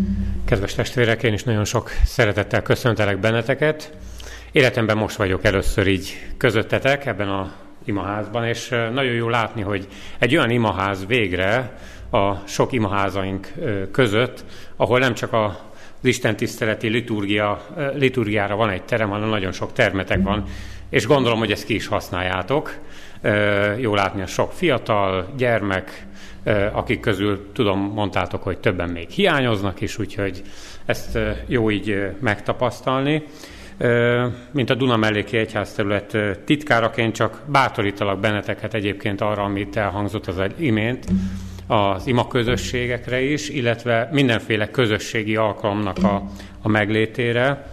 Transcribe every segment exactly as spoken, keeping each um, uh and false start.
Kedves testvérek, én is nagyon sok szeretettel köszöntelek benneteket. Életemben most vagyok először így közöttetek ebben az imaházban, és nagyon jó látni, hogy egy olyan imaház végre a sok imaházaink között, ahol nem csak az istentiszteleti liturgia, liturgiára van egy terem, hanem nagyon sok termetek van, és gondolom, hogy ezt ki is használjátok. Jó látni a sok fiatal, gyermek, akik közül tudom, mondtátok, hogy többen még hiányoznak is, úgyhogy ezt jó így megtapasztalni. Mint a Dunamelléki Egyházterület titkáraként csak bátorítalak benneteket egyébként arra, amit elhangzott az imént, az imaközösségekre is, illetve mindenféle közösségi alkalomnak a, a meglétére.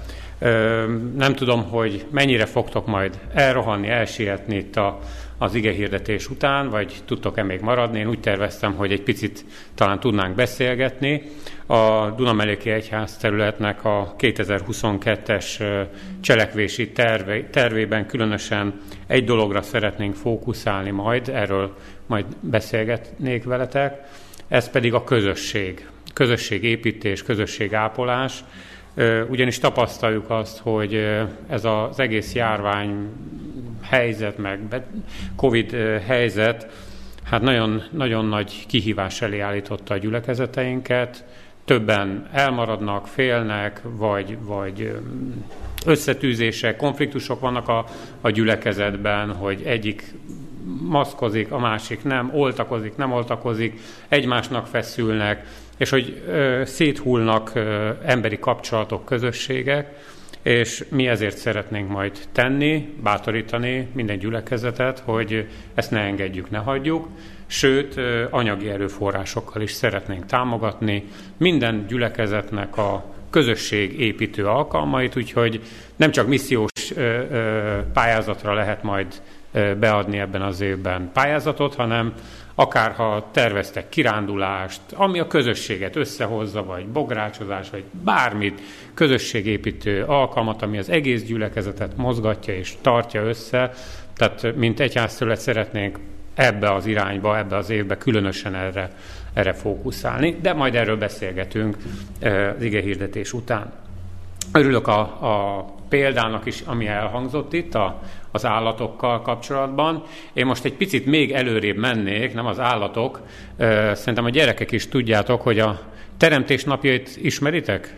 Nem tudom, hogy mennyire fogtok majd elrohanni, elsietni itt a, az igehirdetés után, vagy tudtok-e még maradni. Én úgy terveztem, hogy egy picit talán tudnánk beszélgetni. A Dunamelléki Egyházterületnek a kétezer-huszonkettes cselekvési terve, tervében különösen egy dologra szeretnénk fókuszálni majd, erről majd beszélgetnék veletek, ez pedig a közösség. Közösségépítés, közösségápolás. Ugyanis tapasztaljuk azt, hogy ez az egész járvány helyzet, meg Covid helyzet, hát nagyon, nagyon nagy kihívás elé állította a gyülekezeteinket. Többen elmaradnak, félnek, vagy, vagy összetűzések, konfliktusok vannak a, a gyülekezetben, hogy egyik maszkozik, a másik nem, oltakozik, nem oltakozik, egymásnak feszülnek, és hogy ö, széthullnak ö, emberi kapcsolatok, közösségek, és mi ezért szeretnénk majd tenni, bátorítani minden gyülekezetet, hogy ezt ne engedjük, ne hagyjuk, sőt, ö, anyagi erőforrásokkal is szeretnénk támogatni minden gyülekezetnek a közösségépítő alkalmait, úgyhogy nem csak missziós ö, ö, pályázatra lehet majd ö, beadni ebben az évben pályázatot, hanem akár ha terveztek kirándulást, ami a közösséget összehozza, vagy bográcsozás, vagy bármit, közösségépítő alkalmat, ami az egész gyülekezetet mozgatja és tartja össze. Tehát mint egyházterület szeretnénk ebbe az irányba, ebbe az évbe különösen erre, erre fókuszálni, de majd erről beszélgetünk az igehirdetés után. Örülök a, a példának is, ami elhangzott itt a, az állatokkal kapcsolatban. Én most egy picit még előrébb mennék, nem az állatok. Szerintem a gyerekek is tudjátok, hogy a teremtés napjait ismeritek?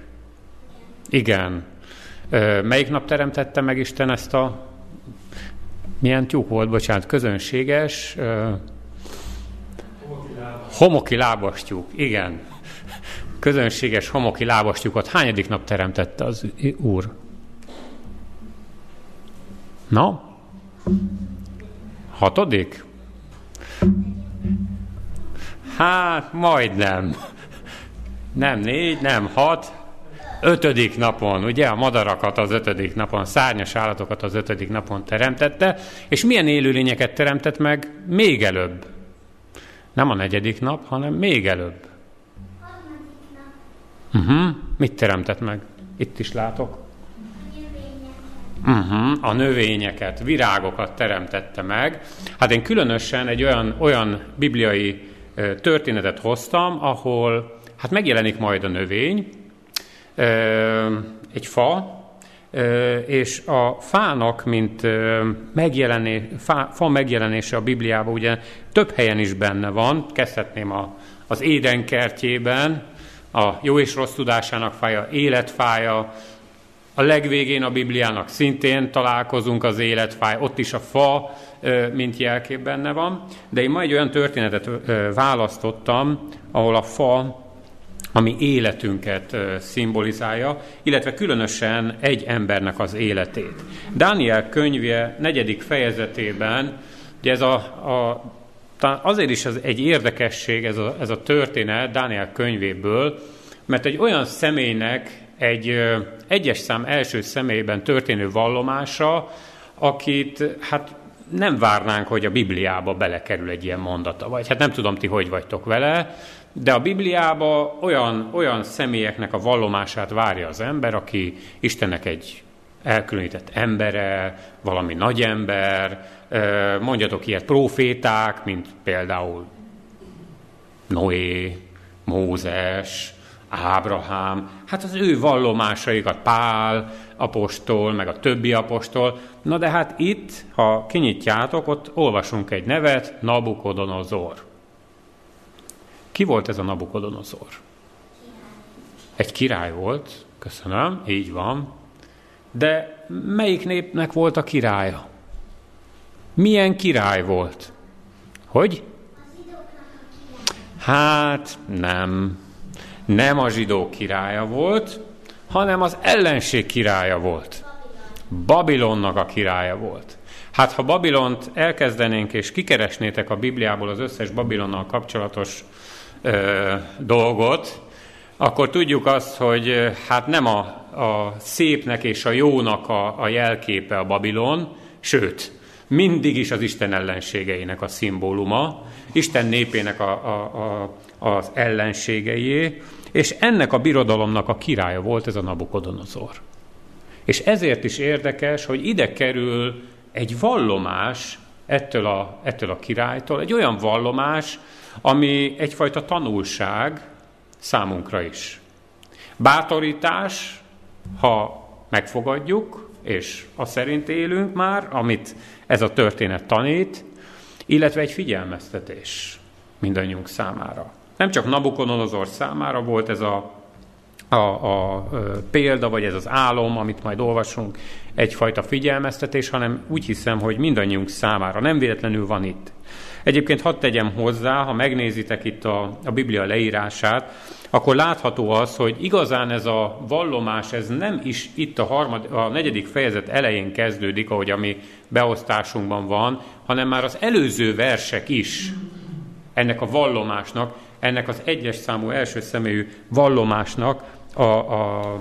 Igen. Melyik nap teremtette meg Isten ezt a... Milyen tyúk volt, bocsánat, közönséges... Homoki lábastyúk, igen. Közönséges homoki lábastyúkot hányadik nap teremtette az Úr? Na? Hatodik? Hát, majdnem. Nem négy, nem hat. Ötödik napon, ugye? A madarakat az ötödik napon, szárnyas állatokat az ötödik napon teremtette, és milyen élőlényeket teremtett meg még előbb? Nem a negyedik nap, hanem még előbb. Uh-huh. Mit teremtett meg? Itt is látok. Uh-huh. A növényeket, virágokat teremtette meg. Hát én különösen egy olyan, olyan bibliai uh, történetet hoztam, ahol hát megjelenik majd a növény, uh, egy fa, uh, és a fának, mint uh, megjelenés, fa, fa megjelenése a Bibliában ugye több helyen is benne van. Kezdhetném a, az Éden kertjében, a jó és rossz tudásának fája, életfája, a legvégén a Bibliának szintén találkozunk az életfáj, ott is a fa, mint jelkép benne van, de én ma egy olyan történetet választottam, ahol a fa, ami életünket szimbolizálja, illetve különösen egy embernek az életét. Dániel könyve negyedik fejezetében, ugye ez a, a azért is az egy érdekesség ez a, ez a történet Dániel könyvéből, mert egy olyan személynek egy ö, egyes szám első személyben történő vallomása, akit hát nem várnánk, hogy a Bibliába belekerül egy ilyen mondata. Vagy hát nem tudom, ti hogy vagytok vele, de a Bibliába olyan, olyan személyeknek a vallomását várja az ember, aki Istennek egy elkülönített embere, valami nagy ember, mondjatok ilyet, próféták, mint például Noé, Mózes, Ábrahám, hát az ő vallomásaikat, Pál apostol, meg a többi apostol. Na de hát itt, ha kinyitjátok, ott olvasunk egy nevet, Nabukodonozor. Ki volt ez a Nabukodonozor? Egy király volt, köszönöm, így van. De melyik népnek volt a királya? Milyen király volt? Hogy? Hát nem. Nem a zsidók királya volt, hanem az ellenség királya volt. Babilonnak a királya volt. Hát ha Babilont elkezdenénk és kikeresnétek a Bibliából az összes Babilonnal kapcsolatos ö, dolgot, akkor tudjuk azt, hogy hát nem a, a szépnek és a jónak a, a jelképe a Babilon, sőt, mindig is az Isten ellenségeinek a szimbóluma, Isten népének a, a, a, az ellenségeié, és ennek a birodalomnak a királya volt ez a Nabukodonozor. És ezért is érdekes, hogy ide kerül egy vallomás ettől a, ettől a királytól, egy olyan vallomás, ami egyfajta tanulság számunkra is. Bátorítás, ha megfogadjuk, és azt szerint élünk már, amit ez a történet tanít, illetve egy figyelmeztetés mindannyiunk számára. Nem csak Nabukodonozor számára volt ez a, a, a, a példa, vagy ez az álom, amit majd olvasunk, egyfajta figyelmeztetés, hanem úgy hiszem, hogy mindannyiunk számára. Nem véletlenül van itt. Egyébként hadd tegyem hozzá, ha megnézitek itt a, a Biblia leírását, akkor látható az, hogy igazán ez a vallomás, ez nem is itt a, harmad, a negyedik fejezet elején kezdődik, ahogy a mi beosztásunkban van, hanem már az előző versek is ennek a vallomásnak, ennek az egyes számú első személyű vallomásnak a, a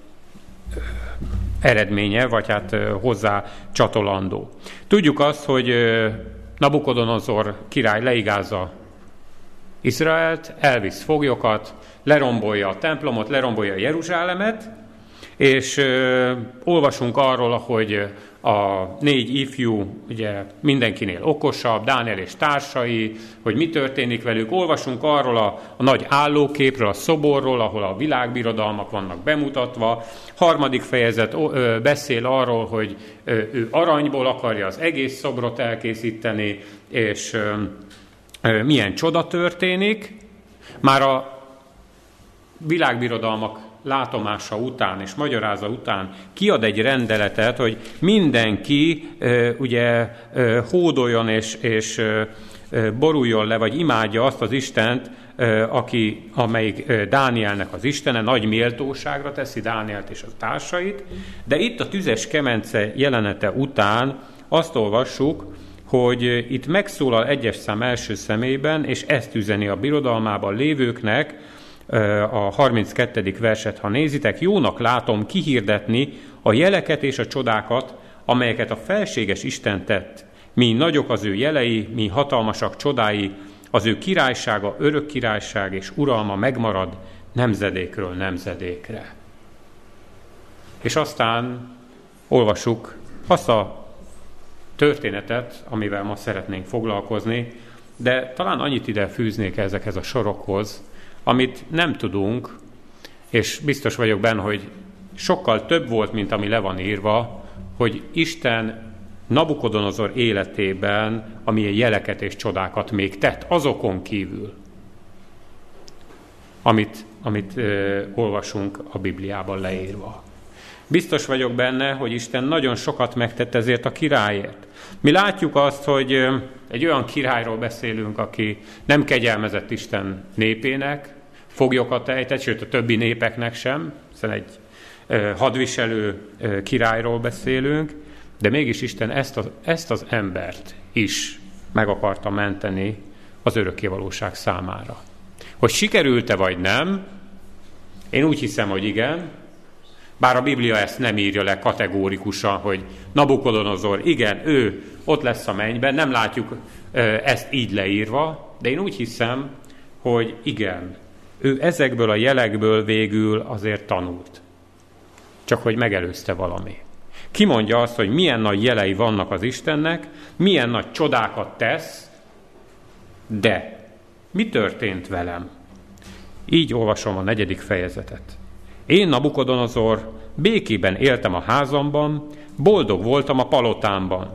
eredménye, vagy hát hozzá csatolandó. Tudjuk azt, hogy Nabukodonozor király leigázza Izraelt, elvisz foglyokat, lerombolja a templomot, lerombolja Jeruzsálemet, és ö, olvasunk arról, hogy a négy ifjú, ugye mindenkinél okosabb, Dániel és társai, hogy mi történik velük. Olvasunk arról a, a nagy állóképről, a szoborról, ahol a világbirodalmak vannak bemutatva. Harmadik fejezet ö, beszél arról, hogy ö, ő aranyból akarja az egész szobrot elkészíteni, és ö, ö, milyen csoda történik. Már a világbirodalmak látomása után és magyaráza után kiad egy rendeletet, hogy mindenki e, ugye e, hódoljon és, és e, boruljon le, vagy imádja azt az Istent, e, aki, amelyik e, Dánielnek az Istene, nagy méltóságra teszi Dánielt és a társait, de itt a tüzes kemence jelenete után azt olvassuk, hogy itt megszólal egyes szám első személyben, és ezt üzeni a birodalmában lévőknek, a harminckettedik verset, ha nézitek, jónak látom kihirdetni a jeleket és a csodákat, amelyeket a felséges Isten tett. Mi nagyok az ő jelei, mi hatalmasak csodái, az ő királysága, örök királyság és uralma megmarad nemzedékről nemzedékre. És aztán olvassuk azt a történetet, amivel ma szeretnénk foglalkozni, de talán annyit ide fűznék ezekhez a sorokhoz, amit nem tudunk, és biztos vagyok benne, hogy sokkal több volt, mint ami le van írva, hogy Isten Nabukodonozor életében amilyen jeleket és csodákat még tett, azokon kívül, amit, amit ö, olvasunk a Bibliában leírva. Biztos vagyok benne, hogy Isten nagyon sokat megtett ezért a királyért. Mi látjuk azt, hogy egy olyan királyról beszélünk, aki nem kegyelmezett Isten népének, foglyokat ejtett, sőt a többi népeknek sem, hiszen egy hadviselő királyról beszélünk, de mégis Isten ezt az, ezt az embert is meg akarta menteni az örökkévalóság számára. Hogy sikerült-e vagy nem, én úgy hiszem, hogy igen, bár a Biblia ezt nem írja le kategórikusan, hogy Nabukodonozor, igen, ő ott lesz a mennyben, nem látjuk ezt így leírva, de én úgy hiszem, hogy igen, ő ezekből a jelekből végül azért tanult. Csak hogy megelőzte valami. Ki mondja azt, hogy milyen nagy jelei vannak az Istennek, milyen nagy csodákat tesz, de mi történt velem? Így olvasom a negyedik fejezetet. Én, Nabukodonozor, békében éltem a házamban, boldog voltam a palotámban.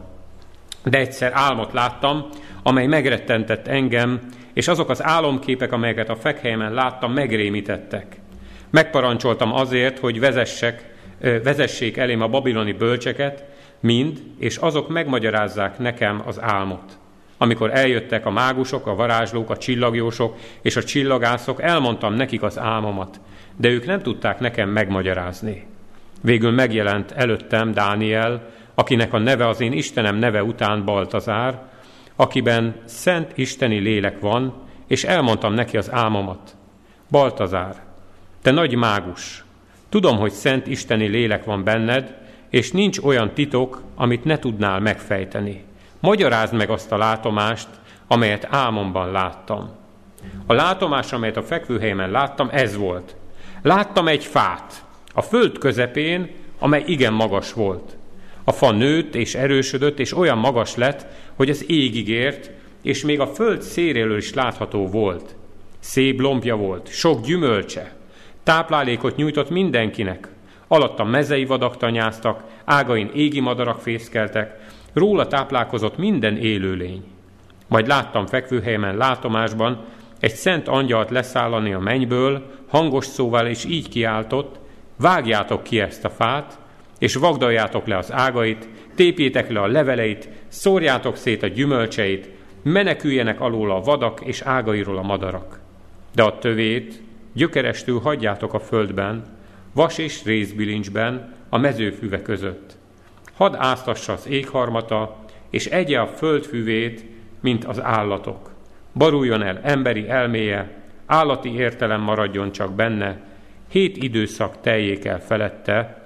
De egyszer álmot láttam, amely megrettentett engem, és azok az álomképek, amelyeket a fekhelyemen láttam, megrémítettek. Megparancsoltam azért, hogy vezessek, vezessék elém a babiloni bölcseket, mind, és azok megmagyarázzák nekem az álmot. Amikor eljöttek a mágusok, a varázslók, a csillagjósok és a csillagászok, elmondtam nekik az álmomat, de ők nem tudták nekem megmagyarázni. Végül megjelent előttem Dániel, akinek a neve az én Istenem neve után Baltazár, akiben szent isteni lélek van, és elmondtam neki az álmomat. Baltazár, te nagy mágus, tudom, hogy szent isteni lélek van benned, és nincs olyan titok, amit ne tudnál megfejteni. Magyarázd meg azt a látomást, amelyet álmomban láttam. A látomás, amelyet a fekvőhelyemen láttam, ez volt. Láttam egy fát, a föld közepén, amely igen magas volt. A fa nőtt és erősödött, és olyan magas lett, hogy az égig ért, és még a föld széléről is látható volt. Szép lombja volt, sok gyümölcse, táplálékot nyújtott mindenkinek. Alatta mezei vadak tanyáztak, ágain égi madarak fészkeltek, róla táplálkozott minden élőlény. Majd láttam fekvőhelyemen látomásban egy szent angyalt leszállani a mennyből, hangos szóval, és így kiáltott: vágjátok ki ezt a fát, és vagdaljátok le az ágait, tépjétek le a leveleit, szórjátok szét a gyümölcseit, meneküljenek alóla a vadak és ágairól a madarak. De a tövét gyökerestül hagyjátok a földben, vas és rézbilincsben, a mezőfüve között. Hadd áztassa az égharmata, és egye a földfüvét, mint az állatok. Baruljon el emberi elméje, állati értelem maradjon csak benne, hét időszak teljék el felette.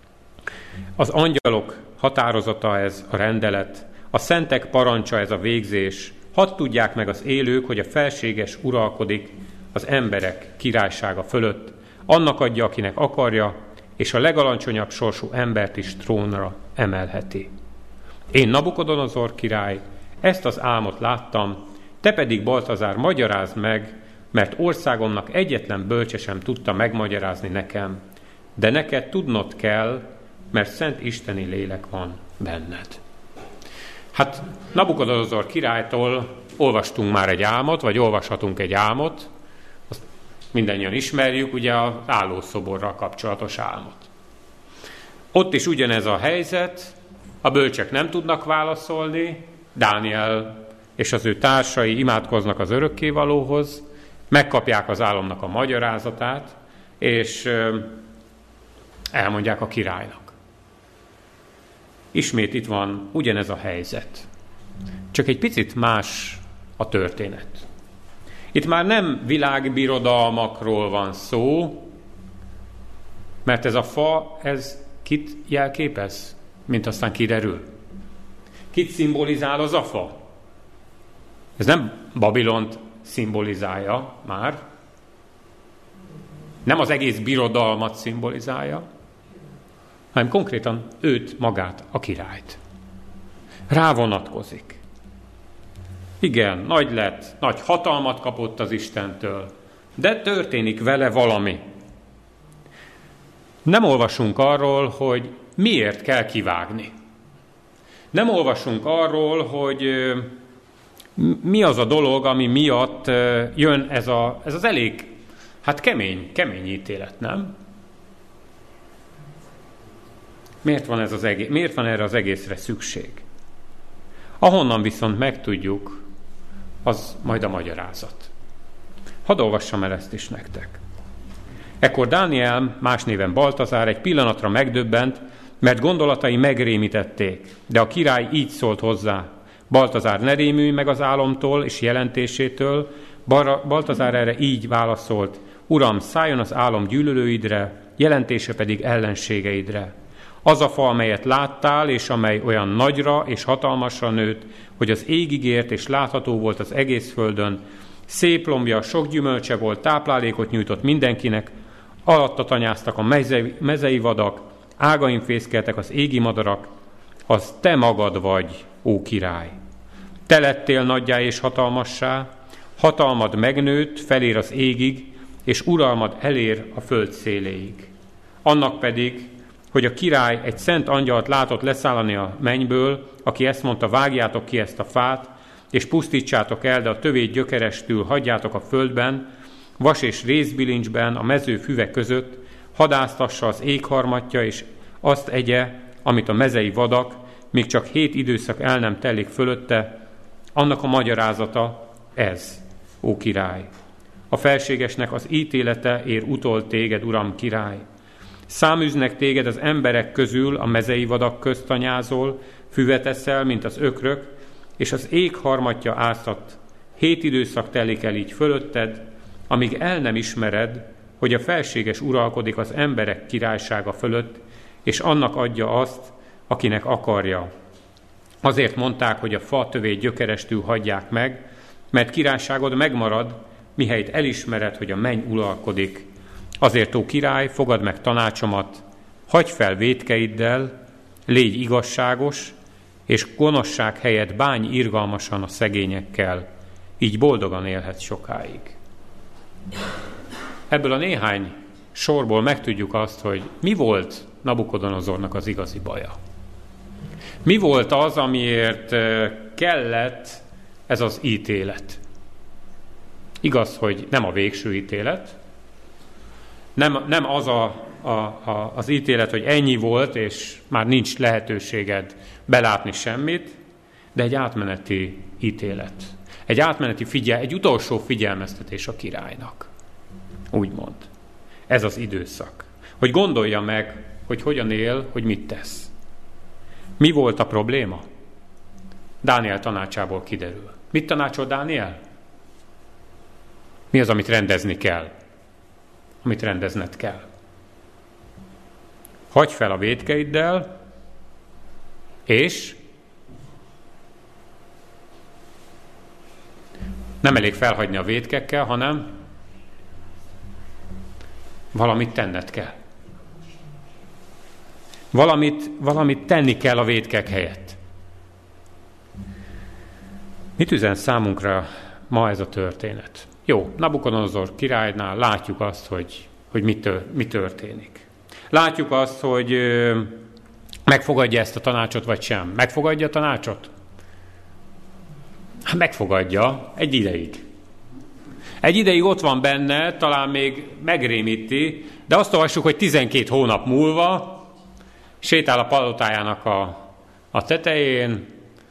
Az angyalok határozata ez a rendelet, a szentek parancsa ez a végzés. Hadd tudják meg az élők, hogy a felséges uralkodik az emberek királysága fölött, annak adja, akinek akarja, és a legalacsonyabb sorsú embert is trónra emelheti. Én, Nabukodonozor király, ezt az álmot láttam, te pedig, Baltazár, magyarázd meg, mert országomnak egyetlen bölcse sem tudta megmagyarázni nekem, de neked tudnod kell, mert szent isteni lélek van benned. Hát Nabukodonozor királytól olvastunk már egy álmot, vagy olvashatunk egy álmot, azt mindannyian ismerjük, ugye az állószoborral kapcsolatos álmot. Ott is ugyanez a helyzet, a bölcsek nem tudnak válaszolni, Dániel és az ő társai imádkoznak az örökkévalóhoz, megkapják az álomnak a magyarázatát, és elmondják a királynak. Ismét itt van ugyanez a helyzet. Csak egy picit más a történet. Itt már nem világbirodalmakról van szó, mert ez a fa, ez kit jelképez, mint aztán kiderül. Kit szimbolizál az a fa? Ez nem Babilont szimbolizálja már, nem az egész birodalmat szimbolizálja, hanem konkrétan őt, magát, a királyt. Rávonatkozik. Igen, nagy lett, nagy hatalmat kapott az Istentől, de történik vele valami. Nem olvasunk arról, hogy miért kell kivágni. Nem olvasunk arról, hogy mi az a dolog, ami miatt jön ez, a, ez az elég, hát kemény, kemény ítélet, nem? Miért van, ez az egész, miért van erre az egészre szükség? Ahonnan viszont megtudjuk, az majd a magyarázat. Hadd olvassam el ezt is nektek. Ekkor Dániel, más néven Baltazár, egy pillanatra megdöbbent, mert gondolatai megrémítették, de a király így szólt hozzá: Baltazár, ne rémülj meg az álomtól és jelentésétől. Baltazár erre így válaszolt: Uram, szálljon az álom gyűlölőidre, jelentése pedig ellenségeidre. Az a fa, amelyet láttál, és amely olyan nagyra és hatalmasra nőtt, hogy az égig ért és látható volt az egész földön, szép lombja, sok gyümölcse volt, táplálékot nyújtott mindenkinek, alatta tanyáztak a mezei, mezei vadak, ágain fészkeltek az égi madarak, az te magad vagy, ó király. Te lettél nagyjá és hatalmassá, hatalmad megnőtt, felér az égig, és uralmad elér a föld széléig. Annak pedig, hogy a király egy szent angyalt látott leszállani a mennyből, aki ezt mondta, vágjátok ki ezt a fát, és pusztítsátok el, de a tövét gyökerestül hagyjátok a földben, vas és rézbilincsben, a mező füve között, hadásztassa az égharmatja, és azt egye, amit a mezei vadak, míg csak hét időszak el nem telik fölötte, annak a magyarázata ez, ó király. A felségesnek az ítélete ér utol téged, uram király. Száműznek téged az emberek közül, a mezei vadak közt tanyázol, füvet eszel, mint az ökrök, és az ég harmatja áztat. Hét időszak telik el így fölötted, amíg el nem ismered, hogy a felséges uralkodik az emberek királysága fölött, és annak adja azt, akinek akarja. Azért mondták, hogy a fa tövét gyökerestül hagyják meg, mert királyságod megmarad, mihelyt elismered, hogy a menny uralkodik. Azért, ó király, fogad meg tanácsomat, hagyj fel vétkeiddel, légy igazságos, és gonoszság helyett bánj irgalmasan a szegényekkel, így boldogan élhetsz sokáig. Ebből a néhány sorból megtudjuk azt, hogy mi volt Nabukodonozornak az igazi baja. Mi volt az, amiért kellett ez az ítélet? Igaz, hogy nem a végső ítélet, nem, nem az a, a, a, az ítélet, hogy ennyi volt, és már nincs lehetőséged belátni semmit, de egy átmeneti ítélet. Egy átmeneti figyel, egy utolsó figyelmeztetés a királynak. Úgymond. Ez az időszak. Hogy gondolja meg, hogy hogyan él, hogy mit tesz. Mi volt a probléma? Dániel tanácsából kiderül. Mit tanácsol Dániel? Mi az, amit rendezni kell? Amit rendezned kell. Hagyj fel a vétkeiddel, és nem elég felhagyni a vétkekkel, hanem valamit tenned kell. Valamit, valamit tenni kell a vétkek helyett. Mit üzen számunkra ma ez a történet? Jó, Nabukodonozor királynál látjuk azt, hogy, hogy mi, tör, mi történik. Látjuk azt, hogy ö, megfogadja ezt a tanácsot, vagy sem. Megfogadja a tanácsot? Megfogadja egy ideig. Egy ideig ott van benne, talán még megrémíti, de azt olvassuk, hogy tizenkét hónap múlva sétál a palotájának a, a tetején,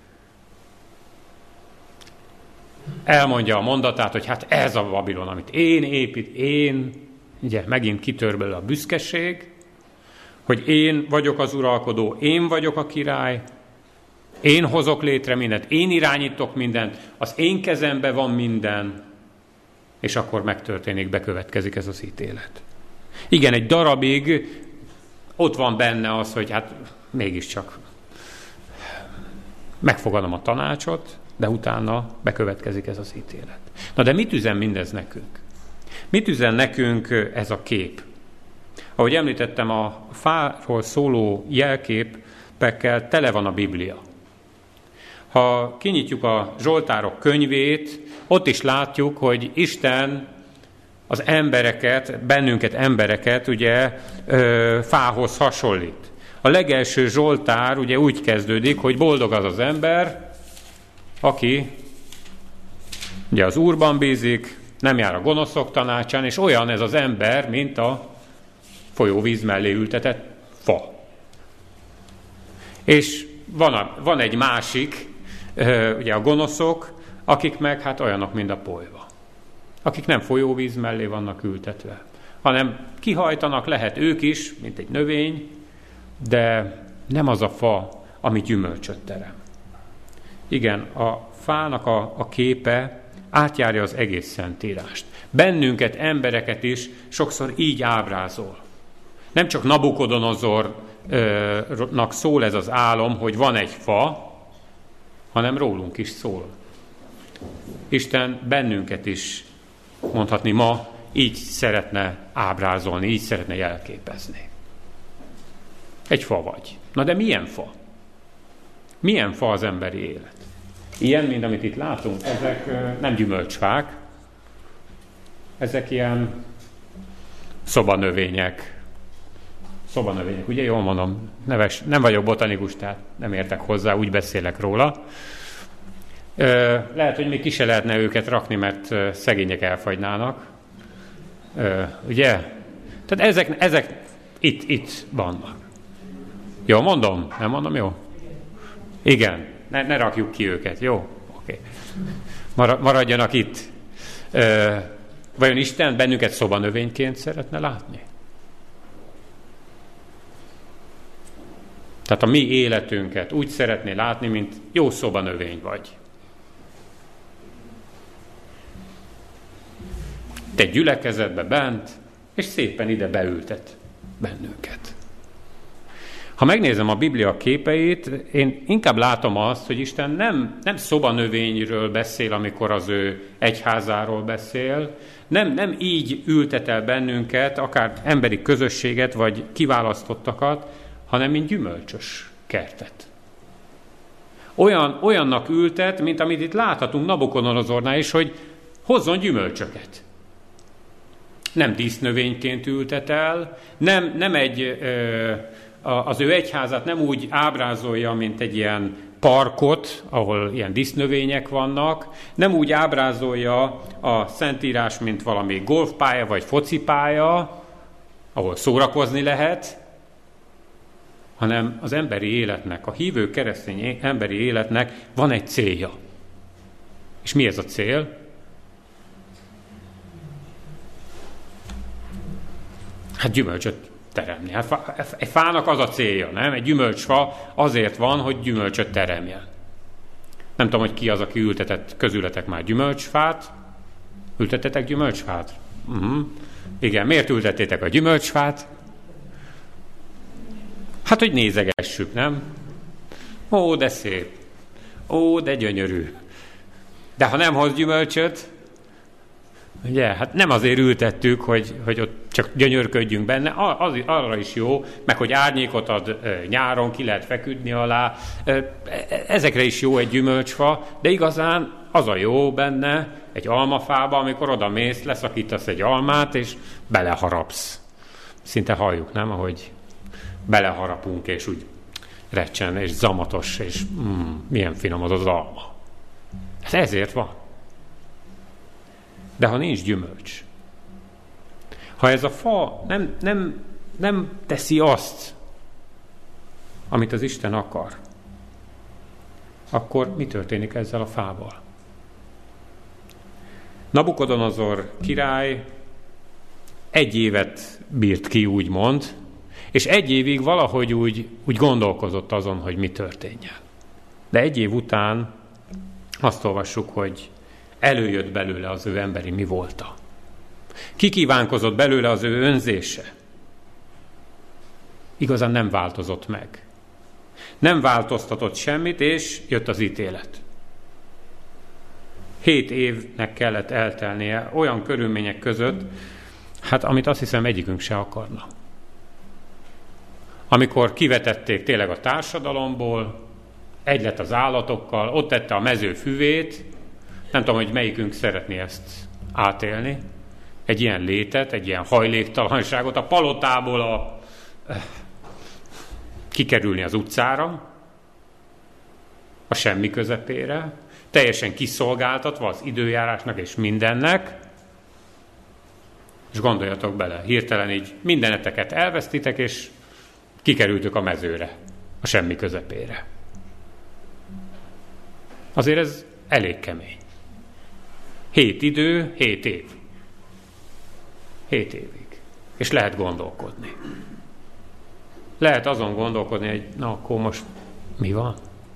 elmondja a mondatát, hogy hát ez a Babilon, amit én épít, én, ugye megint kitör belőle a büszkeség, hogy én vagyok az uralkodó, én vagyok a király, én hozok létre mindent, én irányítok mindent, az én kezemben van minden, és akkor megtörténik, bekövetkezik ez az ítélet. Igen, egy darabig ott van benne az, hogy hát mégiscsak megfogadom a tanácsot, de utána bekövetkezik ez az ítélet. Na de mit üzen mindez nekünk? Mit üzen nekünk ez a kép? Ahogy említettem, a fáról szóló jelképekkel tele van a Biblia. Ha kinyitjuk a Zsoltárok könyvét, ott is látjuk, hogy Isten az embereket, bennünket embereket ugye fához hasonlít. A legelső Zsoltár ugye úgy kezdődik, hogy boldog az az ember, aki ugye az Úrban bízik, nem jár a gonoszok tanácsán, és olyan ez az ember, mint a folyóvíz mellé ültetett fa. És van, a, van egy másik, ugye a gonoszok, akik meg hát olyanok, mint a polyva. Akik nem folyóvíz mellé vannak ültetve, hanem kihajtanak, lehet ők is, mint egy növény, de nem az a fa, ami gyümölcsöt terem. Igen, a fának a, a képe átjárja az egész Szentírást. Bennünket, embereket is sokszor így ábrázol. Nem csak Nabukodonozornak szól ez az álom, hogy van egy fa, hanem rólunk is szól. Isten bennünket is, mondhatni ma, így szeretne ábrázolni, így szeretne jelképezni. Egy fa vagy. Na de milyen fa? Milyen fa az emberi élet? Ilyen, mint amit itt látunk, ezek nem gyümölcsfák, ezek ilyen szobanövények. Szobanövények, ugye jól mondom, neves, nem vagyok botanikus, tehát nem értek hozzá, úgy beszélek róla. Ö, lehet, hogy még ki se lehetne őket rakni, mert szegények elfagynának. Ö, ugye? Tehát ezek, ezek itt, itt vannak. Jó, mondom? Nem mondom, jó? Igen, ne, ne rakjuk ki őket, jó? Oké. Okay. Maradjanak itt. Ö, vajon Isten bennünket szobanövényként szeretne látni? Tehát a mi életünket úgy szeretné látni, mint jó szobanövény vagy. Te gyülekezetbe bent, és szépen ide beültet bennünket. Ha megnézem a Biblia képeit, én inkább látom azt, hogy Isten nem, nem szobanövényről beszél, amikor az ő egyházáról beszél, nem, nem így ültet el bennünket, akár emberi közösséget, vagy kiválasztottakat, hanem mint gyümölcsös kertet. Olyan, olyannak ültet, mint amit itt láthatunk Nabukodonozornál is, hogy hozzon gyümölcsöket. Nem dísznövényként ültet el, nem, nem egy, ö, az ő egyházat nem úgy ábrázolja, mint egy ilyen parkot, ahol ilyen dísznövények vannak, nem úgy ábrázolja a Szentírás, mint valami golfpálya vagy focipálya, ahol szórakozni lehet, hanem az emberi életnek, a hívő keresztény emberi életnek van egy célja. És mi ez a cél? Hát gyümölcsöt teremni. Hát egy fának az a célja, nem? Egy gyümölcsfa azért van, hogy gyümölcsöt teremjen. Nem tudom, hogy ki az, aki ültetett közületek már gyümölcsfát. Ültettetek gyümölcsfát? Uh-huh. Igen, miért ültettétek a gyümölcsfát? Hát, hogy nézegessük, nem? Ó, de szép. Ó, de gyönyörű. De ha nem hoz gyümölcsöt, ugye, hát nem azért ültettük, hogy, hogy ott csak gyönyörködjünk benne, az, arra is jó, meg hogy árnyékot ad nyáron, ki lehet feküdni alá, ezekre is jó egy gyümölcsfa, de igazán az a jó benne egy almafába, amikor oda mész, leszakítasz egy almát, és beleharapsz. Szinte halljuk, nem? Ahogy beleharapunk, és úgy recsen, és zamatos, és mm, milyen finom az az alma. Ez ezért van. De ha nincs gyümölcs, ha ez a fa nem, nem, nem teszi azt, amit az Isten akar, akkor mi történik ezzel a fával? Nabukodonozor király egy évet bírt ki, úgymond, és egy évig valahogy úgy, úgy gondolkozott azon, hogy mi történjen. De egy év után azt olvassuk, hogy előjött belőle az ő emberi mi volta. Kikívánkozott belőle az ő önzése. Igazán nem változott meg. Nem változtatott semmit, és jött az ítélet. Hét évnek kellett eltelnie olyan körülmények között, hát amit azt hiszem egyikünk se akarna. Amikor kivetették tényleg a társadalomból, egy lett az állatokkal, ott tette a mező füvét, nem tudom, hogy melyikünk szeretné ezt átélni, egy ilyen létet, egy ilyen hajléktalanságot, a palotából a, kikerülni az utcára, a semmi közepére, teljesen kiszolgáltatva az időjárásnak és mindennek, és gondoljatok bele, hirtelen így mindeneteket elvesztitek, és kikerültök a mezőre, a semmi közepére. Azért ez elég kemény. Hét idő, hét év. Hét évig. És lehet gondolkodni. Lehet azon gondolkodni, hogy na akkor most mi van?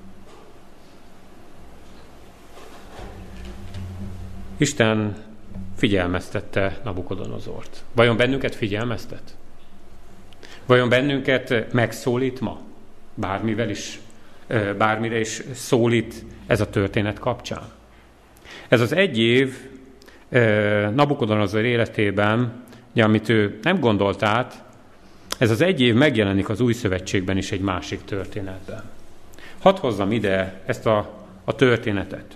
Isten figyelmeztette Nabukodonozort. Vajon bennünket figyelmeztet? Vajon bennünket megszólít ma? Bármivel is, bármire is szólít ez a történet kapcsán. Ez az egy év Nabukodonozor életében, ugye, amit ő nem gondolt át, ez az egy év megjelenik az Új Szövetségben is egy másik történetben. Hadd hozzam ide ezt a, a történetet.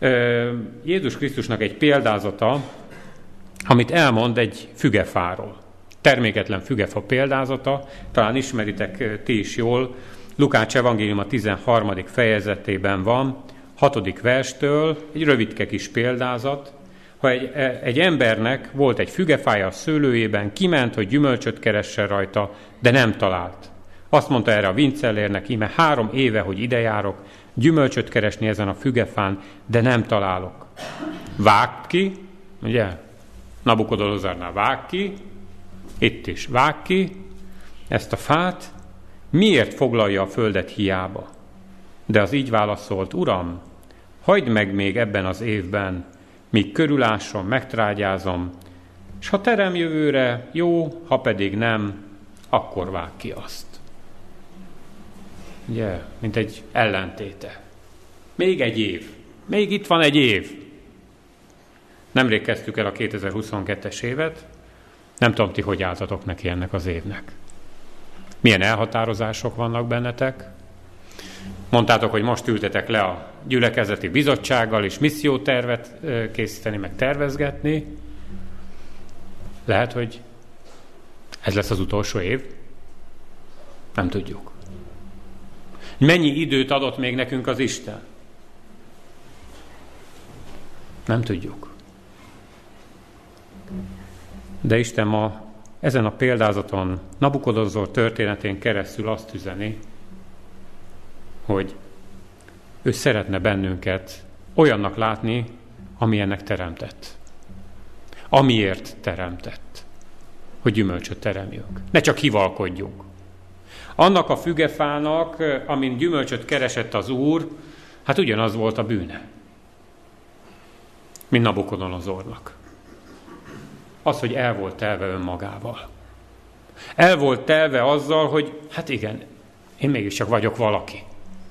Jézus Krisztusnak egy példázata, amit elmond egy fügefáról. terméketlen fügefa példázata, talán ismeritek ti is jól, Lukács evangéliuma tizenharmadik fejezetében van, hatodik verstől, egy rövidke kis példázat, ha egy, egy embernek volt egy fügefája a szőlőjében, kiment, hogy gyümölcsöt keressen rajta, de nem talált. Azt mondta erre a vincellérnek, íme három éve, hogy ide járok, gyümölcsöt keresni ezen a fügefán, de nem találok. Vágd ki, ugye? Nabukodonozornál vág ki, itt is vág ki ezt a fát, miért foglalja a földet hiába? De az így válaszolt, Uram, hagyd meg még ebben az évben, míg körülásom, megtrágyázom, és ha terem jövőre, jó, ha pedig nem, akkor vág ki azt. Ugye, mint egy ellentéte. Még egy év. Még itt van egy év. Nemrég kezdtük el a kétezer-huszonkettes évet. Nem tudom, ti hogy álltatok neki ennek az évnek. Milyen elhatározások vannak bennetek? Mondtátok, hogy most ültetek le a gyülekezeti bizottsággal, és missziótervet készíteni, meg tervezgetni. Lehet, hogy ez lesz az utolsó év? Nem tudjuk. Mennyi időt adott még nekünk az Isten? Nem tudjuk. De Isten ma ezen a példázaton, Nabukodonozor történetén keresztül azt üzeni, hogy ő szeretne bennünket olyannak látni, amilyennek teremtett. Amiért teremtett. Hogy gyümölcsöt teremjünk. Ne csak hivalkodjunk. Annak a fügefának, amin gyümölcsöt keresett az Úr, hát ugyanaz volt a bűne, mint Nabukodonozornak. Az, hogy el volt telve önmagával. El volt telve azzal, hogy hát igen, én mégiscsak vagyok valaki.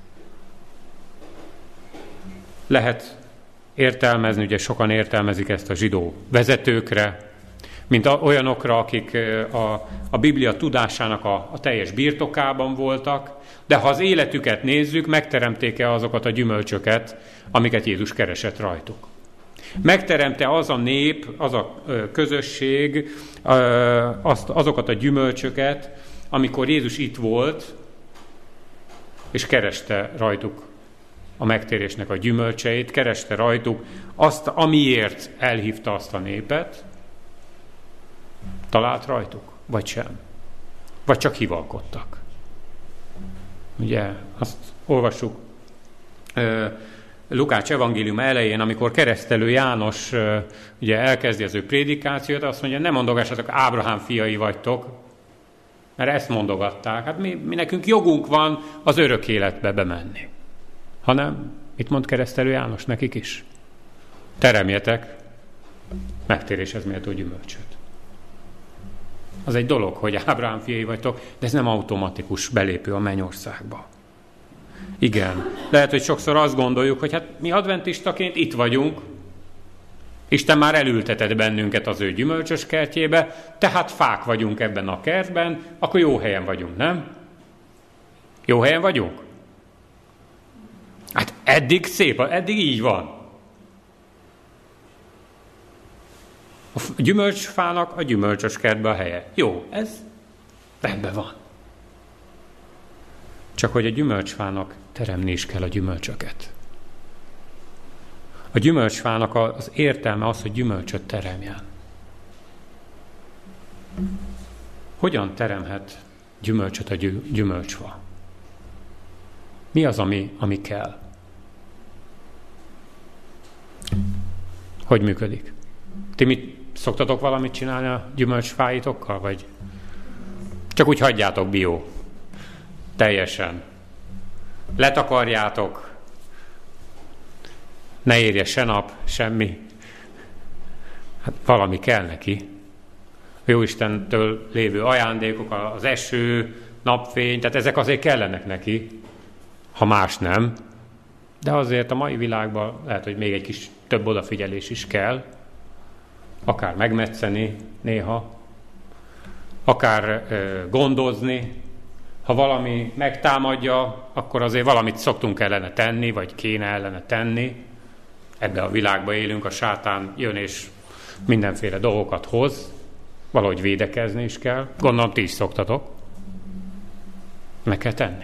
Lehet értelmezni, ugye sokan értelmezik ezt a zsidó vezetőkre, mint olyanokra, akik a, a Biblia tudásának a, a teljes birtokában voltak, de ha az életüket nézzük, megteremték-e azokat a gyümölcsöket, amiket Jézus keresett rajtuk. Megteremte az a nép, az a közösség, azt, azokat a gyümölcsöket, amikor Jézus itt volt, és kereste rajtuk a megtérésnek a gyümölcseit, kereste rajtuk azt, amiért elhívta azt a népet, talált rajtuk, vagy sem? Vagy csak hivalkodtak? Ugye, azt olvassuk Lukács evangélium elején, amikor keresztelő János ugye elkezdi az ő prédikációt, azt mondja, ne mondogassatok, Ábrahám fiai vagytok, mert ezt mondogatták. Hát mi, mi nekünk jogunk van az örök életbe bemenni. Hanem, mit mond keresztelő János nekik is? Teremjetek megtéréshez méltó gyümölcsöt. Az egy dolog, hogy Ábrahám fiai vagytok, de ez nem automatikus belépő a mennyországba. Igen, lehet, hogy sokszor azt gondoljuk, hogy hát mi adventistaként itt vagyunk, Isten már elültetett bennünket az ő gyümölcsös kertjébe, tehát fák vagyunk ebben a kertben, akkor jó helyen vagyunk, nem? Jó helyen vagyunk? Hát eddig szép, eddig így van. A gyümölcsfának a gyümölcsös kertbe a helye. Jó, ez rendben van. Csak hogy a gyümölcsfának teremni is kell a gyümölcsöket. A gyümölcsfának az értelme az, hogy gyümölcsöt teremjen. Hogyan teremhet gyümölcsöt a gyümölcsfa? Mi az, ami, ami kell? Hogy működik? Ti mit szoktatok valamit csinálni a gyümölcsfáitokkal, vagy csak úgy hagyjátok bio? Teljesen. Letakarjátok, ne érje se nap, semmi. Hát valami kell neki. A Jóistentől lévő ajándékok, az eső, napfény, tehát ezek azért kellenek neki, ha más nem. De azért a mai világban lehet, hogy még egy kis több odafigyelés is kell. Akár megmetszeni néha, akár ö, gondozni. Ha valami megtámadja, akkor azért valamit szoktunk ellene tenni, vagy kéne ellene tenni. Ebben a világban élünk, a sátán jön és mindenféle dolgokat hoz. valahogy védekezni is kell. Gondolom, ti is szoktatok. Meg kell tenni.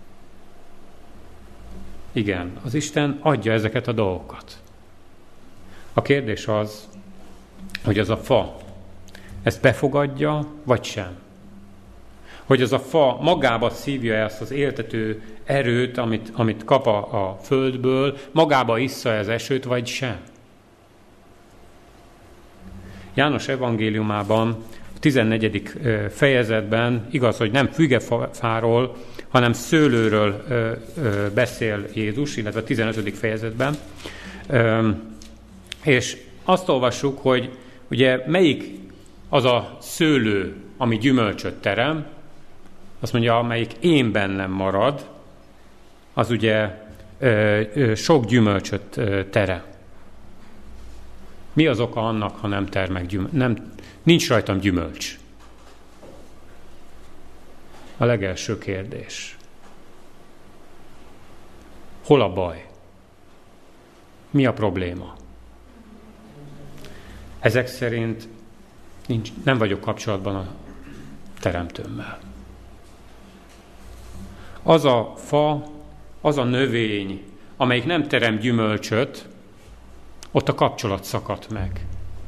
Igen, az Isten adja ezeket a dolgokat. A kérdés az, hogy az a fa ezt befogadja, vagy sem. Hogy az a fa magába szívja ezt az éltető erőt, amit, amit kap a, a földből, magába issza az esőt, vagy sem. János evangéliumában, a tizennegyedik fejezetben, igaz, hogy nem fügefáról, hanem szőlőről ö, ö, beszél Jézus, illetve a tizenötödik fejezetben. Ö, és azt olvassuk, hogy ugye melyik az a szőlő, ami gyümölcsöt terem, azt mondja, amelyik én bennem marad, az ugye ö, ö, sok gyümölcsöt ö, terem. Mi az oka annak, ha nem termek gyümölcs? Nem, nincs rajtam gyümölcs. A legelső kérdés. Hol a baj? Mi a probléma? Ezek szerint nincs, nem vagyok kapcsolatban a teremtőmmel. Az a fa, az a növény, amelyik nem terem gyümölcsöt, ott a kapcsolat szakadt meg.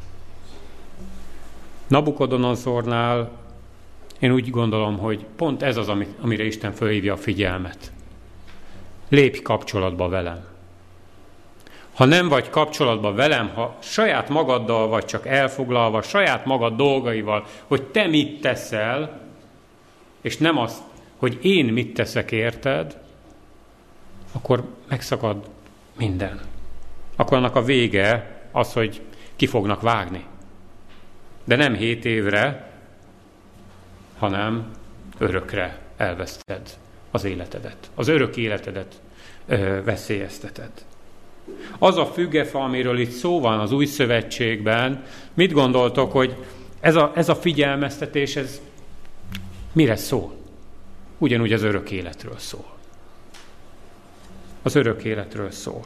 Nabukodonozornál én úgy gondolom, hogy pont ez az, amire Isten fölhívja a figyelmet. Lépj kapcsolatba velem. Ha nem vagy kapcsolatba velem, ha saját magaddal vagy csak elfoglalva, saját magad dolgaival, hogy te mit teszel, és nem azt, hogy én mit teszek érted, akkor megszakad minden. Akkor annak a vége az, hogy ki fognak vágni. De nem hét évre, hanem örökre elveszted az életedet. Az örök életedet ö, veszélyezteted. Az a fügefa, amiről itt szó van az új szövetségben, mit gondoltok, hogy ez a, ez a figyelmeztetés, ez mire szól? Ugyanúgy az örök életről szól. Az örök életről szól.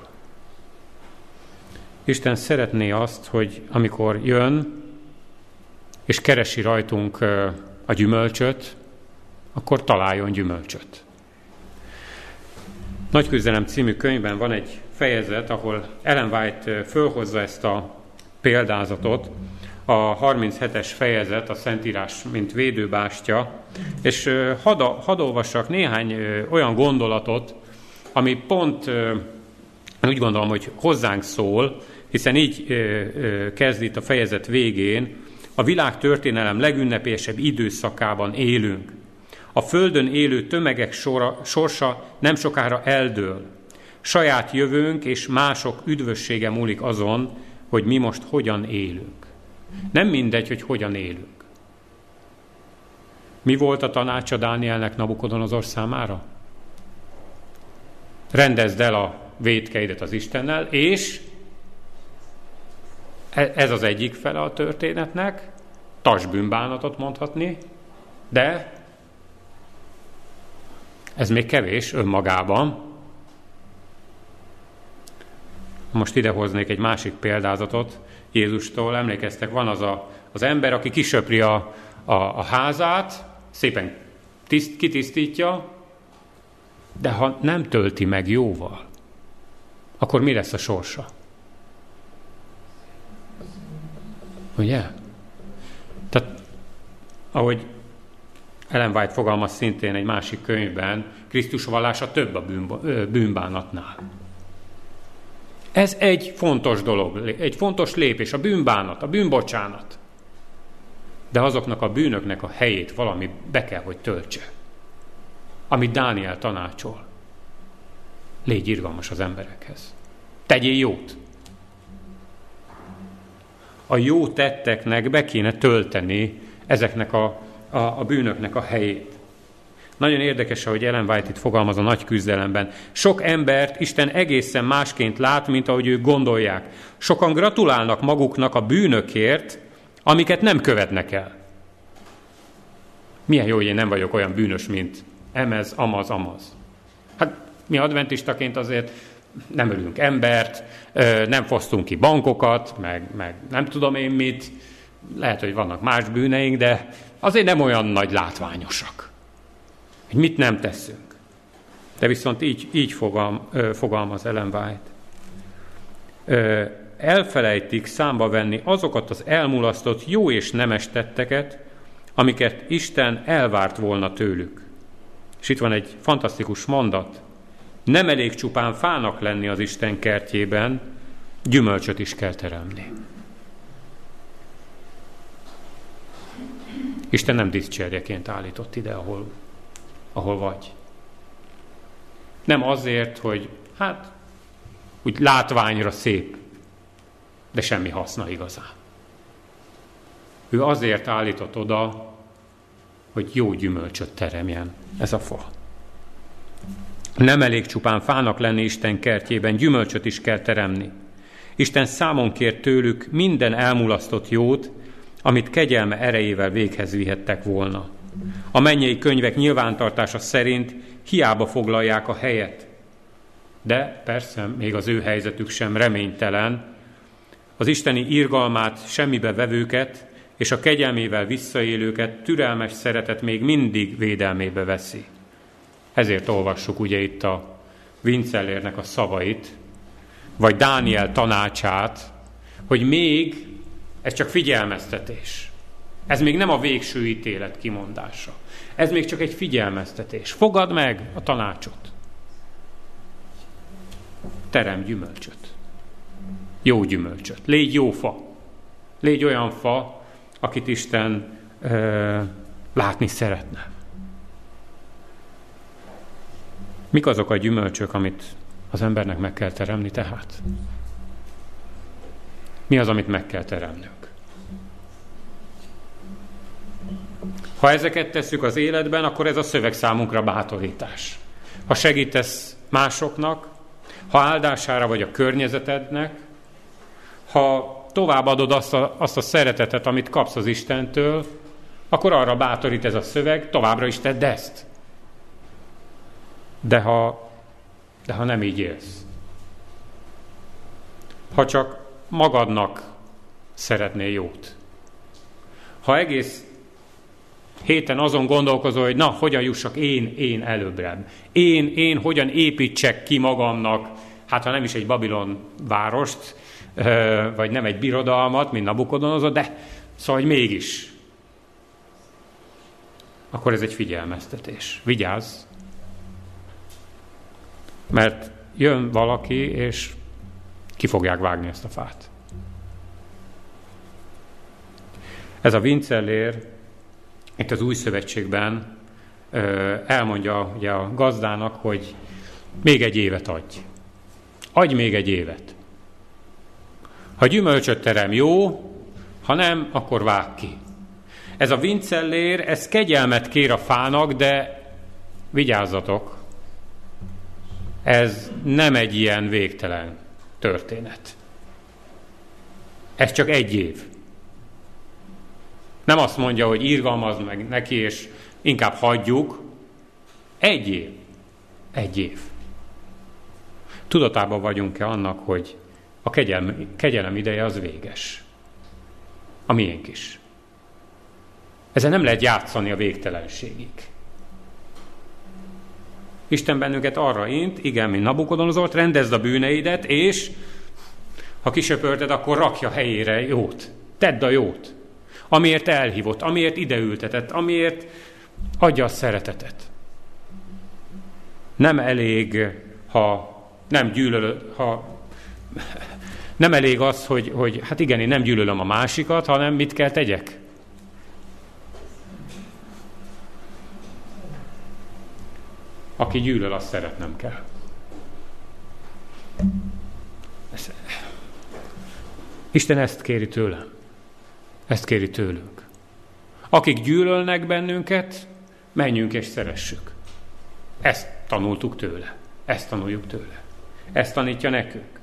Isten szeretné azt, hogy amikor jön, és keresi rajtunk a gyümölcsöt, akkor találjon gyümölcsöt. Nagy küzdelem című könyvben van egy fejezet, ahol Ellen White fölhozza ezt a példázatot, a harminchetes fejezet, a Szentírás, mint védőbástya, és hadd, hadd olvassak néhány olyan gondolatot, ami pont úgy gondolom, hogy hozzánk szól, hiszen így kezd itt a fejezet végén, a világ történelem legünnepélyesebb időszakában élünk. A földön élő tömegek sora, sorsa nem sokára eldől. Saját jövőnk és mások üdvössége múlik azon, hogy mi most hogyan élünk. Nem mindegy, hogy hogyan élünk. Mi volt a tanácsa Dánielnek Nabukodonozor számára? Rendezd el a vétkeidet az Istennel, és ez az egyik fele a történetnek, tarts bűnbánatot mondhatni, de ez még kevés önmagában. Most idehoznék egy másik példázatot Jézustól. Emlékeztek, van az a, az ember, aki kisöpri a, a, a házát, szépen tiszt, kitisztítja, de ha nem tölti meg jóval, akkor mi lesz a sorsa? Ugye? Tehát, ahogy Ellen White fogalmaz szintén egy másik könyvben, Krisztus vallása több a bűnbánatnál. Ez egy fontos dolog, egy fontos lépés, a bűnbánat, a bűnbocsánat. De azoknak a bűnöknek a helyét valami be kell, hogy töltse. Amit Dániel tanácsol. Légy irgalmas az emberekhez. Tegyél jót. A jó tetteknek be kéne tölteni ezeknek a, a, a bűnöknek a helyét. Nagyon érdekes, ahogy Ellen White itt fogalmaz a nagy küzdelemben. Sok embert Isten egészen másként lát, mint ahogy ők gondolják. Sokan gratulálnak maguknak a bűnökért, amiket nem követnek el. Milyen jó, hogy én nem vagyok olyan bűnös, mint emez, amaz, amaz. Hát mi adventistaként azért nem ölünk embert, nem fosztunk ki bankokat, meg, meg nem tudom én mit, lehet, hogy vannak más bűneink, de azért nem olyan nagy látványosak. Hogy mit nem teszünk. De viszont így, így fogalm, ö, fogalmaz Ellen White. Ö, elfelejtik számba venni azokat az elmulasztott jó és nemes tetteket, amiket Isten elvárt volna tőlük. És itt van egy fantasztikus mondat. Nem elég csupán fának lenni az Isten kertjében, gyümölcsöt is kell teremni. Isten nem díszcserjeként állított ide, ahol, ahol vagy. Nem azért, hogy hát úgy látványra szép, de semmi haszna igazán. Ő azért állított oda, hogy jó gyümölcsöt teremjen ez a fa. Nem elég csupán fának lenni Isten kertjében, gyümölcsöt is kell teremni. Isten számon kér tőlük minden elmulasztott jót, amit kegyelme erejével véghez vihettek volna. A mennyei könyvek nyilvántartása szerint hiába foglalják a helyet. De persze, még az ő helyzetük sem reménytelen. Az isteni irgalmát semmibe vevőket és a kegyelmével visszaélőket türelmes szeretet még mindig védelmébe veszi. Ezért olvassuk ugye itt a Vincellérnek a szavait, vagy Dániel tanácsát, hogy még ez csak figyelmeztetés. Ez még nem a végső ítélet kimondása. Ez még csak egy figyelmeztetés. Fogadd meg a tanácsot. Terem gyümölcsöt. Jó gyümölcsöt. Légy jó fa. Légy olyan fa, akit Isten ö, látni szeretne. Mik azok a gyümölcsök, amit az embernek meg kell teremni tehát? Mi az, amit meg kell teremnünk? Ha ezeket tesszük az életben, akkor ez a szöveg számunkra bátorítás. Ha segítesz másoknak, ha áldására vagy a környezetednek, ha továbbadod azt a, azt a szeretetet, amit kapsz az Istentől, akkor arra bátorít ez a szöveg, továbbra is tedd ezt. De ha, de ha nem így élsz, ha csak magadnak szeretnél jót, ha egész héten azon gondolkozol, hogy na, hogyan jussak én, én előbbre, én, én hogyan építsek ki magamnak, hát ha nem is egy Babilon várost, vagy nem egy birodalmat, mint Nabukodonozor, de szóval, hogy mégis, akkor ez egy figyelmeztetés. Vigyázz! Mert jön valaki, és ki fogják vágni ezt a fát. Ez a Vincellér itt az Új Szövetségben elmondja ugye a gazdának, hogy még egy évet adj. Adj még egy évet. Ha gyümölcsöt terem, jó, ha nem, akkor vágj ki. Ez a Vincellér, ez kegyelmet kér a fának, de vigyázzatok, ez nem egy ilyen végtelen történet. Ez csak egy év. Nem azt mondja, hogy irgalmazd meg neki, és inkább hagyjuk. Egy év. Egy év. Tudatában vagyunk-e annak, hogy a kegyelem, kegyelem ideje az véges. A miénk is. Ezzel nem lehet játszani a végtelenségig. Isten bennünket arra int, igen, mint Nabukodonozort, rendezd a bűneidet, és ha kisöpörted, akkor rakja helyére jót. Tedd a jót. Amiért elhívott, amiért ideültetett, amiért adja a szeretetet. Nem elég, ha nem gyűlöl, ha nem elég az, hogy, hogy hát igen, én nem gyűlölöm a másikat, hanem mit kell tegyek? Aki gyűlöl, azt szeretnem kell. Ez... Isten ezt kéri tőlem. Ezt kéri tőlünk. Akik gyűlölnek bennünket, menjünk és szeressük. Ezt tanultuk tőle. Ezt tanuljuk tőle. Ezt tanítja nekünk.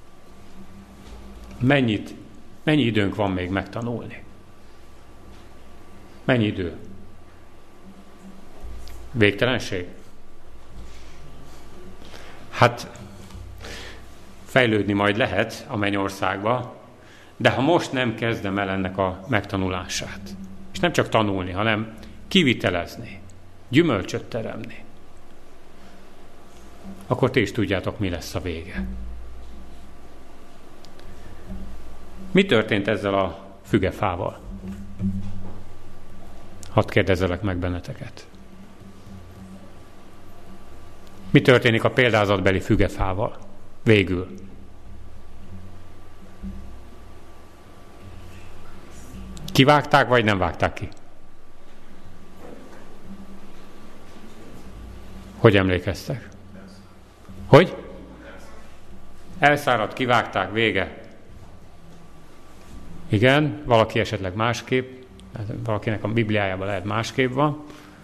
Mennyit, mennyi időnk van még megtanulni? Mennyi idő? Végtelenség? Hát fejlődni majd lehet a mennyországba, De ha most nem kezdem el ennek a megtanulását, és nem csak tanulni, hanem kivitelezni, gyümölcsöt teremni, akkor ti is tudjátok, mi lesz a vége. Mi történt ezzel a fügefával? Hadd kérdezzelek meg benneteket. Mi történik a példázatbeli fügefával? Végül. Kivágták, vagy nem vágták ki? Hogy emlékeztek? Hogy? Elszáradt, kivágták, vége. Igen, valaki esetleg másképp, valakinek a Bibliájában lehet másképp van.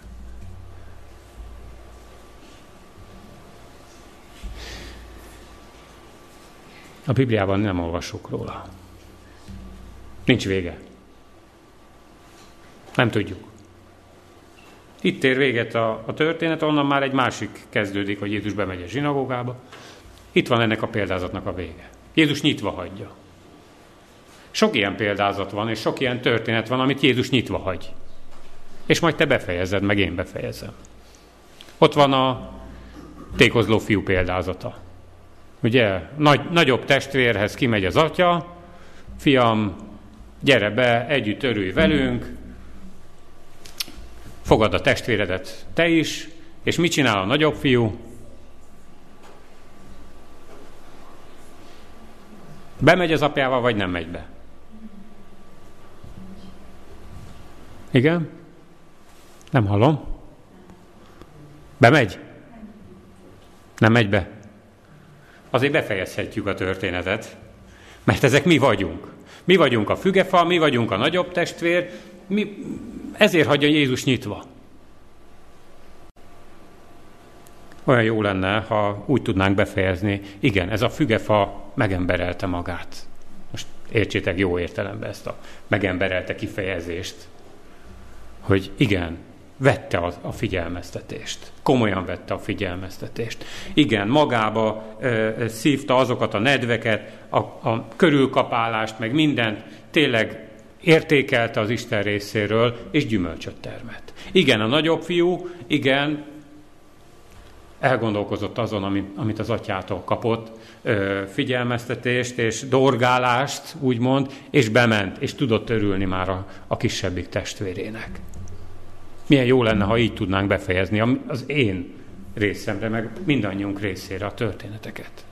A Bibliában nem olvassuk róla. Nincs vége. Nem tudjuk. Itt ér véget a, a történet, onnan már egy másik kezdődik, hogy Jézus bemegy a zsinagógába. Itt van ennek a példázatnak a vége. Jézus nyitva hagyja. Sok ilyen példázat van, és sok ilyen történet van, amit Jézus nyitva hagy. És majd te befejezed, meg én befejezem. Ott van a tékozló fiú példázata. Ugye, nagy, nagyobb testvérhez kimegy az atya, fiam, gyere be, együtt örülj velünk, fogad a testvéredet te is, és mit csinál a nagyobb fiú? Bemegy az apjával, vagy nem megy be? Igen? Nem hallom. Bemegy? Nem megy be? Azért befejezhetjük a történetet, mert ezek mi vagyunk. Mi vagyunk a fügefa, mi vagyunk a nagyobb testvér, mi, ezért hagyja Jézus nyitva. Olyan jó lenne, ha úgy tudnánk befejezni, igen, ez a fügefa megemberelte magát. Most értsétek jó értelemben ezt a megemberelte kifejezést, hogy igen, vette a, a figyelmeztetést. Komolyan vette a figyelmeztetést. Igen, magába ö, szívta azokat a nedveket, a, a körülkapálást, meg mindent, tényleg értékelte az Isten részéről, és gyümölcsöt termett. Igen, a nagyobb fiú, igen, elgondolkozott azon, ami, amit az atyától kapott, ö, figyelmeztetést és dorgálást, úgymond, és bement, és tudott örülni már a, a kisebbik testvérének. Milyen jó lenne, ha így tudnánk befejezni az én részemre, meg mindannyiunk részére a történeteket.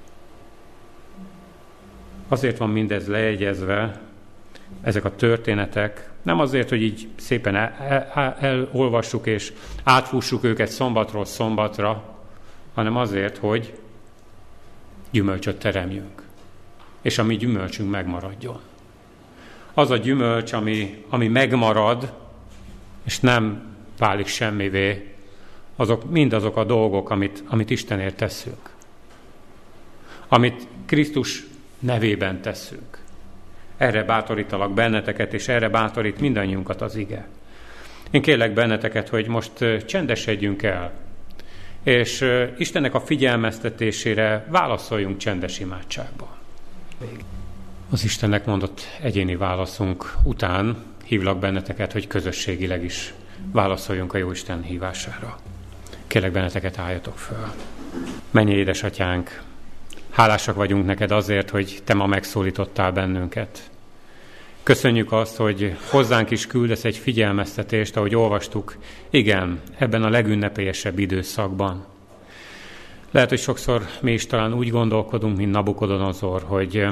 Azért van mindez lejegyezve, ezek a történetek, nem azért, hogy így szépen el, el, elolvassuk és átfussuk őket szombatról szombatra, hanem azért, hogy gyümölcsöt teremjünk, és a mi gyümölcsünk megmaradjon. Az a gyümölcs, ami, ami megmarad, és nem válik semmivé, azok mindazok a dolgok, amit, amit Istenért teszünk. Amit Krisztus nevében teszünk. Erre bátorítalak benneteket, és erre bátorít mindannyiunkat az ige. Én kérlek benneteket, hogy most csendesedjünk el, és Istennek a figyelmeztetésére válaszoljunk csendes imádságban. Az Istennek mondott egyéni válaszunk után hívlak benneteket, hogy közösségileg is válaszoljunk a Jóisten hívására. Kérlek benneteket, álljatok föl. Menj, édesatyánk, hálásak vagyunk neked azért, hogy te ma megszólítottál bennünket. Köszönjük azt, hogy hozzánk is küldesz egy figyelmeztetést, ahogy olvastuk, igen, ebben a legünnepélyesebb időszakban. Lehet, hogy sokszor mi is talán úgy gondolkodunk, mint Nabukodonozor, hogy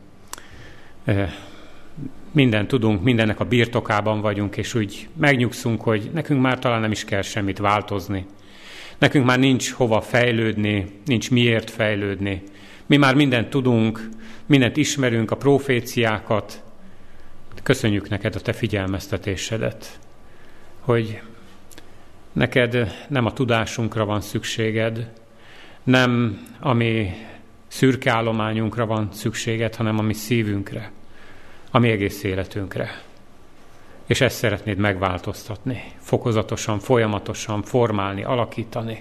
mindent tudunk, mindennek a birtokában vagyunk, és úgy megnyugszunk, hogy nekünk már talán nem is kell semmit változni. Nekünk már nincs hova fejlődni, nincs miért fejlődni. Mi már mindent tudunk, mindent ismerünk, a proféciákat. Köszönjük neked a te figyelmeztetésedet, hogy neked nem a tudásunkra van szükséged, nem a mi szürke állományunkra van szükséged, hanem a mi szívünkre, a mi egész életünkre. És ezt szeretnéd megváltoztatni, fokozatosan, folyamatosan formálni, alakítani.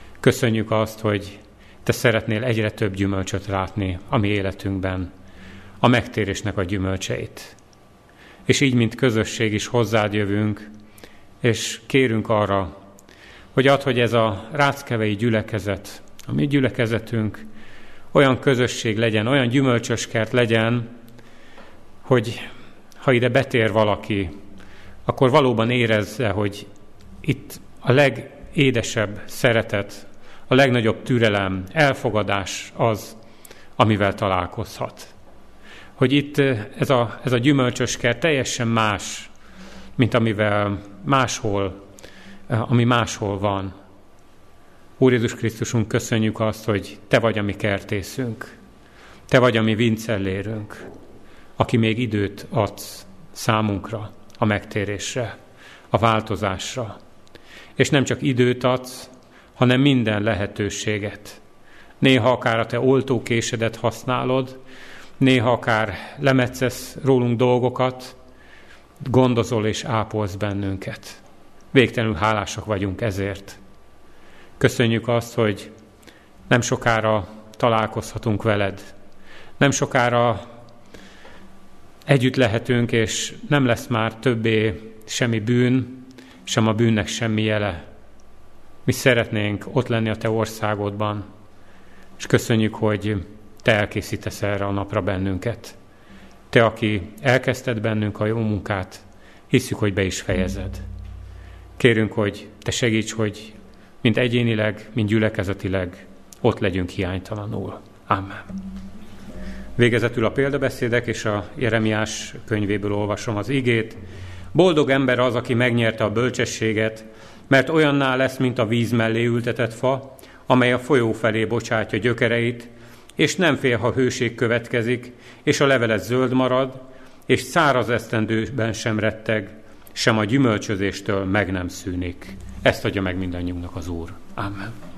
Köszönjük azt, hogy te szeretnél egyre több gyümölcsöt látni a mi életünkben, a megtérésnek a gyümölcseit. És így, mint közösség is hozzád jövünk, és kérünk arra, hogy add, hogy ez a ráckevei gyülekezet, a mi gyülekezetünk olyan közösség legyen, olyan gyümölcsös kert legyen, hogy ha ide betér valaki, akkor valóban érezze, hogy itt a legédesebb szeretet, a legnagyobb türelem, elfogadás az, amivel találkozhat. Hogy itt ez a, ez a gyümölcsös kert teljesen más, mint amivel máshol, ami máshol van. Úr Jézus Krisztusunk, köszönjük azt, hogy Te vagy a mi kertészünk, Te vagy a mi vincellérünk, aki még időt adsz számunkra, a megtérésre, a változásra. És nem csak időt adsz, hanem minden lehetőséget. Néha akár a Te oltókésedet használod, néha akár lemetszesz rólunk dolgokat, gondozol és ápolsz bennünket. Végtelenül hálásak vagyunk ezért. Köszönjük azt, hogy nem sokára találkozhatunk veled. Nem sokára együtt lehetünk, és nem lesz már többé semmi bűn, sem a bűnnek semmi jele. Mi szeretnénk ott lenni a Te országodban, és köszönjük, hogy Te elkészítesz erre a napra bennünket. Te, aki elkezdted bennünk a jó munkát, hisszük, hogy be is fejezed. Kérünk, hogy Te segíts, hogy mind egyénileg, mind gyülekezetileg ott legyünk hiánytalanul. Amen. Végezetül a példabeszédek, és a Jeremiás könyvéből olvasom az igét. Boldog ember az, aki megnyerte a bölcsességet, mert olyanná lesz, mint a víz mellé ültetett fa, amely a folyó felé bocsátja gyökereit, és nem fél, ha hőség következik, és a levele zöld marad, és száraz esztendőben sem retteg, sem a gyümölcsözéstől meg nem szűnik. Ezt adja meg mindannyiunknak az Úr. Amen.